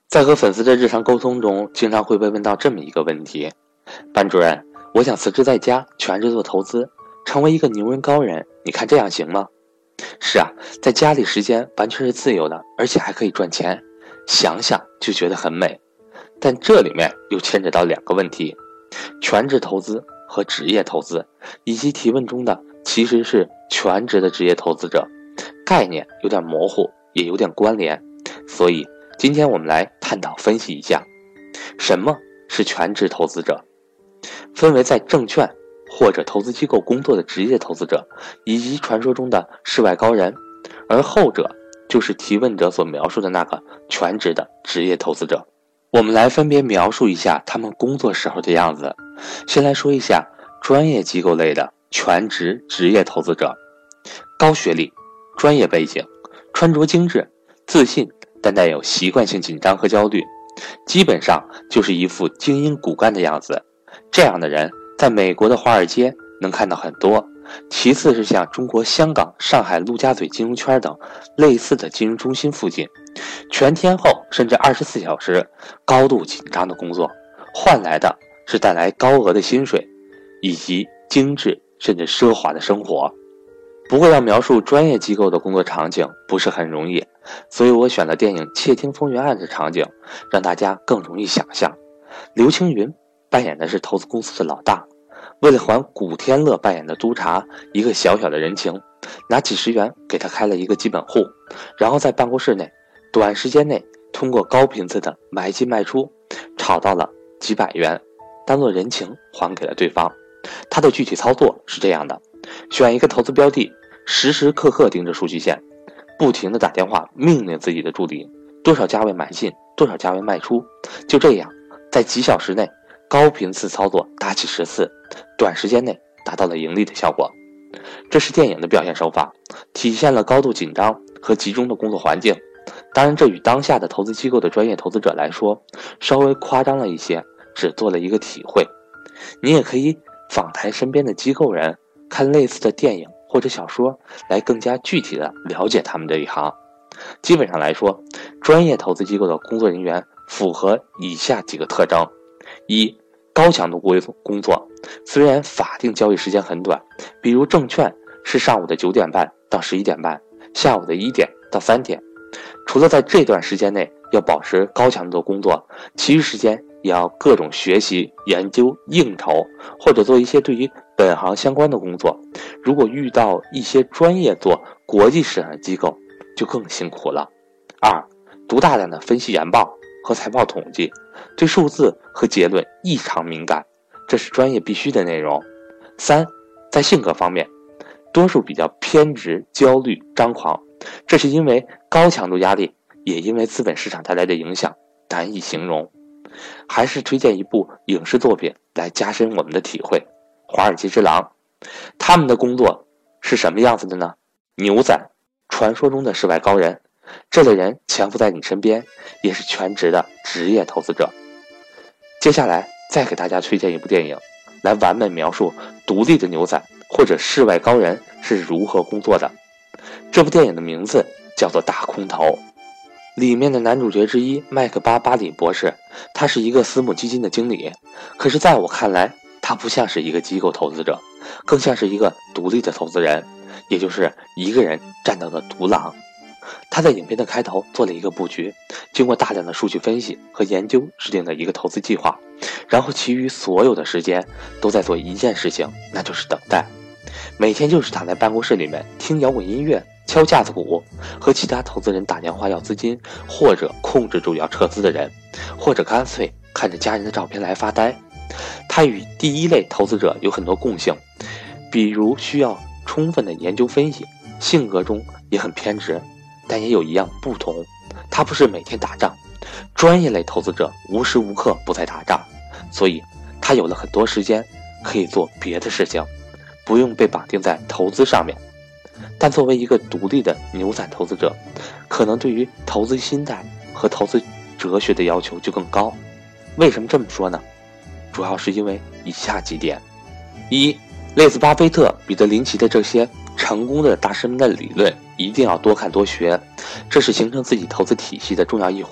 在和粉丝的日常沟通中，经常会被问到这么一个问题：班主任，我想辞职在家，全职做投资，成为一个牛人高人，你看这样行吗？是啊，在家里时间完全是自由的，而且还可以赚钱，想想就觉得很美。但这里面又牵扯到两个问题：全职投资和职业投资，以及提问中的其实是全职的职业投资者，概念有点模糊，也有点关联。所以今天我们来探讨分析一下，什么是全职投资者，分为在证券或者投资机构工作的职业投资者，以及传说中的世外高人，而后者就是提问者所描述的那个全职的职业投资者。我们来分别描述一下他们工作时候的样子。先来说一下专业机构类的全职职业投资者，高学历，专业背景，穿着精致，自信，但带有习惯性紧张和焦虑，基本上就是一副精英骨干的样子。这样的人在美国的华尔街能看到很多，其次是像中国香港、上海陆家嘴金融圈等类似的金融中心附近，全天候甚至24小时高度紧张的工作，换来的是带来高额的薪水以及精致甚至奢华的生活。不过要描述专业机构的工作场景不是很容易，所以我选了电影《窃听风云案》的场景，让大家更容易想象。刘青云扮演的是投资公司的老大，为了还古天乐扮演的督察一个小小的人情，拿几十元给他开了一个基本户，然后在办公室内短时间内通过高频次的买进卖出炒到了几百元，当做人情还给了对方。他的具体操作是这样的：选一个投资标的，时时刻刻盯着数据线，不停地打电话命令自己的助理多少价位买进，多少价位卖出，就这样在几小时内高频次操作打几十次，短时间内达到了盈利的效果。这是电影的表现手法，体现了高度紧张和集中的工作环境。当然，这与当下的投资机构的专业投资者来说稍微夸张了一些，只做了一个体会。你也可以访谈身边的机构人，看类似的电影或者小说，来更加具体的了解他们这一行。基本上来说，专业投资机构的工作人员符合以下几个特征：一、高强度工作，虽然法定交易时间很短，比如证券是上午的9点半到11点半，下午的1点到3点，除了在这段时间内要保持高强度的工作，其余时间也要各种学习、研究、应酬，或者做一些对于本行相关的工作。如果遇到一些专业做国际市场的机构，就更辛苦了。二、读大量的分析研报和财报统计，对数字和结论异常敏感，这是专业必须的内容。三、在性格方面，多数比较偏执、焦虑、张狂，这是因为高强度压力，也因为资本市场带来的影响，难以形容。还是推荐一部影视作品来加深我们的体会，《华尔街之狼》。他们的工作是什么样子的呢？牛仔，传说中的世外高人，这类人潜伏在你身边，也是全职的职业投资者。接下来再给大家推荐一部电影，来完美描述独立的牛仔或者世外高人是如何工作的。这部电影的名字叫做《大空头》，里面的男主角之一麦克巴里博士，他是一个私募基金的经理，可是在我看来，他不像是一个机构投资者，更像是一个独立的投资人，也就是一个人战斗的独狼。他在影片的开头做了一个布局，经过大量的数据分析和研究制定了一个投资计划，然后其余所有的时间都在做一件事情，那就是等待。每天就是躺在办公室里面听摇滚音乐，敲架子鼓，和其他投资人打电话要资金，或者控制住要撤资的人，或者干脆看着家人的照片来发呆。他与第一类投资者有很多共性，比如需要充分的研究分析，性格中也很偏执，但也有一样不同，他不是每天打仗。专业类投资者无时无刻不在打仗，所以他有了很多时间可以做别的事情，不用被绑定在投资上面。但作为一个独立的牛仔投资者，可能对于投资心态和投资哲学的要求就更高。为什么这么说呢？主要是因为以下几点：一、类似巴菲特、彼得林奇的这些成功的大师们的理论一定要多看多学，这是形成自己投资体系的重要一环。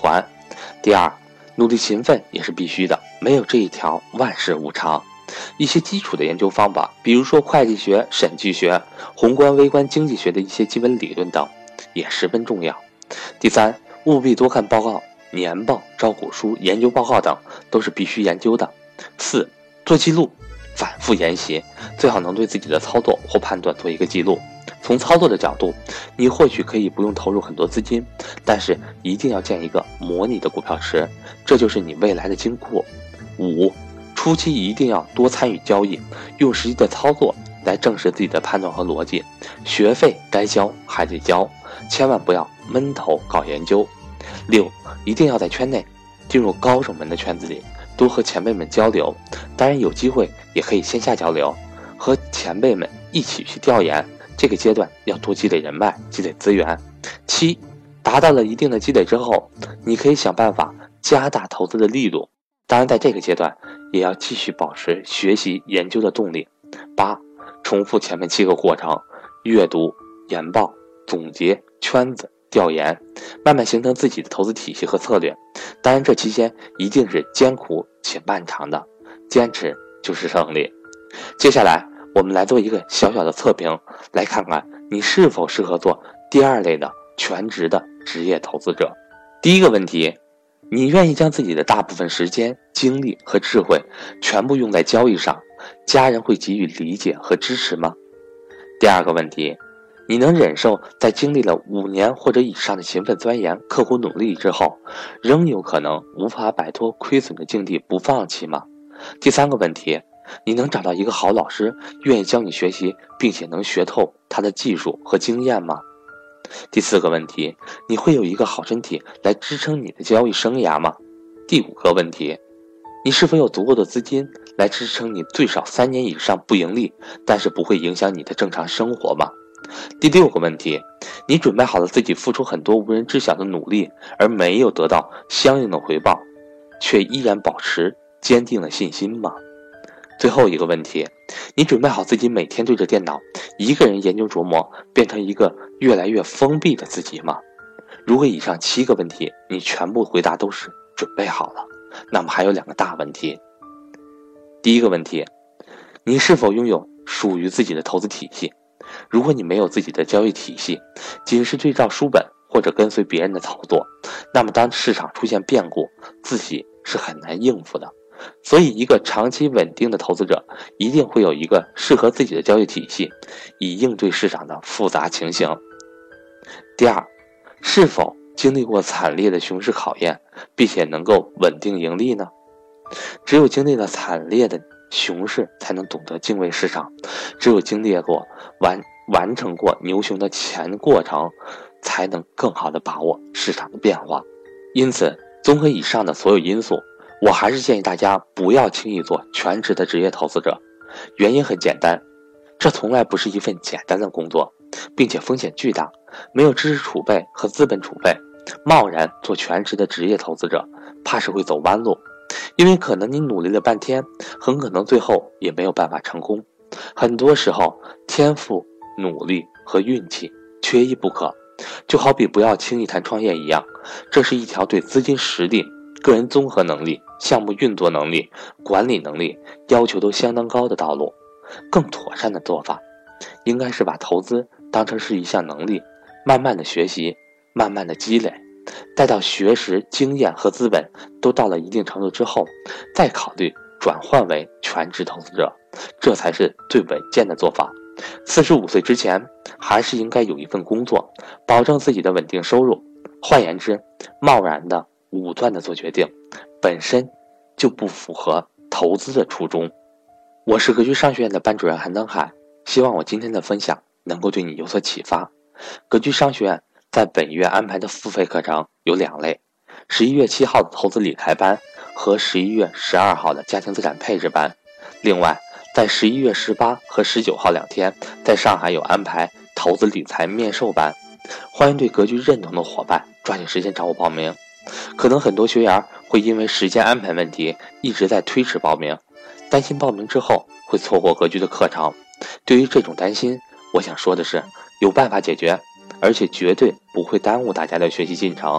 第二，努力勤奋也是必须的，没有这一条万事无常。一些基础的研究方法，比如说会计学、审计学、宏观微观经济学的一些基本理论等，也十分重要。第三，务必多看报告、年报、招股书、研究报告等，都是必须研究的。四，做记录，反复研习，最好能对自己的操作或判断做一个记录。从操作的角度，你或许可以不用投入很多资金，但是一定要建一个模拟的股票池，这就是你未来的金库。五，初期一定要多参与交易，用实际的操作来证实自己的判断和逻辑。学费该交还得交，千万不要闷头搞研究。六，一定要在圈内进入高手们的圈子里，多和前辈们交流，当然有机会也可以线下交流，和前辈们一起去调研。这个阶段要多积累人脉，积累资源。七，达到了一定的积累之后，你可以想办法加大投资的力度，当然在这个阶段也要继续保持学习研究的动力。八，重复前面7个过程，阅读、研报、总结、圈子、调研，慢慢形成自己的投资体系和策略。当然这期间一定是艰苦且漫长的，坚持就是胜利。接下来我们来做一个小小的测评，来看看你是否适合做第二类的全职的职业投资者。第一个问题，你愿意将自己的大部分时间、精力和智慧全部用在交易上，家人会给予理解和支持吗？第二个问题，你能忍受在经历了5年或者以上的勤奋钻研、刻苦努力之后，仍有可能无法摆脱亏损的境地不放弃吗？第三个问题，你能找到一个好老师，愿意教你学习，并且能学透他的技术和经验吗？第四个问题，你会有一个好身体来支撑你的交易生涯吗？第五个问题，你是否有足够的资金来支撑你最少3年以上不盈利，但是不会影响你的正常生活吗？第六个问题，你准备好了自己付出很多无人知晓的努力，而没有得到相应的回报，却依然保持坚定的信心吗？最后一个问题，你准备好自己每天对着电脑一个人研究琢磨，变成一个越来越封闭的自己吗？如果以上7个问题你全部回答都是准备好了，那么还有2个大问题。第一个问题，你是否拥有属于自己的投资体系？如果你没有自己的交易体系，仅是对照书本或者跟随别人的操作，那么当市场出现变故，自己是很难应付的。所以一个长期稳定的投资者一定会有一个适合自己的交易体系，以应对市场的复杂情形。第二，是否经历过惨烈的熊市考验，并且能够稳定盈利呢？只有经历了惨烈的熊市，才能懂得敬畏市场；只有经历过完成过牛熊的前过程，才能更好地把握市场的变化。因此，综合以上的所有因素，我还是建议大家不要轻易做全职的职业投资者。原因很简单，这从来不是一份简单的工作，并且风险巨大，没有知识储备和资本储备，贸然做全职的职业投资者，怕是会走弯路。因为可能你努力了半天，很可能最后也没有办法成功。很多时候，天赋、努力和运气缺一不可。就好比不要轻易谈创业一样，这是一条对资金实力、个人综合能力、项目运作能力、管理能力要求都相当高的道路。更妥善的做法，应该是把投资当成是一项能力，慢慢的学习，慢慢的积累，待到学识、经验和资本都到了一定程度之后，再考虑转换为全职投资者，这才是最稳健的做法。45岁之前，还是应该有一份工作，保证自己的稳定收入。换言之，贸然的、武断的做决定，本身就不符合投资的初衷。我是格局商学院的班主任韩登海，希望我今天的分享能够对你有所启发。格局商学院在本月安排的付费课程有2类，11月7号的投资理财班和11月12号的家庭资产配置班。另外，在11月18和19号2天，在上海有安排投资理财面授班，欢迎对格局认同的伙伴抓紧时间找我报名。可能很多学员会因为时间安排问题一直在推迟报名，担心报名之后会错过格局的课程。对于这种担心，我想说的是，有办法解决，而且绝对不会耽误大家的学习进程。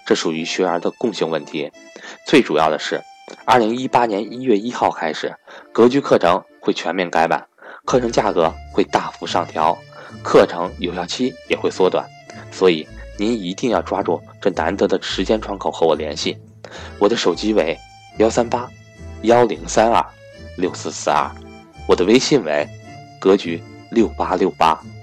这属于学员的共性问题。最主要的是2018年1月1号开始，格局课程会全面改版，课程价格会大幅上调，课程有效期也会缩短，所以您一定要抓住这难得的时间窗口和我联系。我的手机为13810326442，我的微信为格局6868。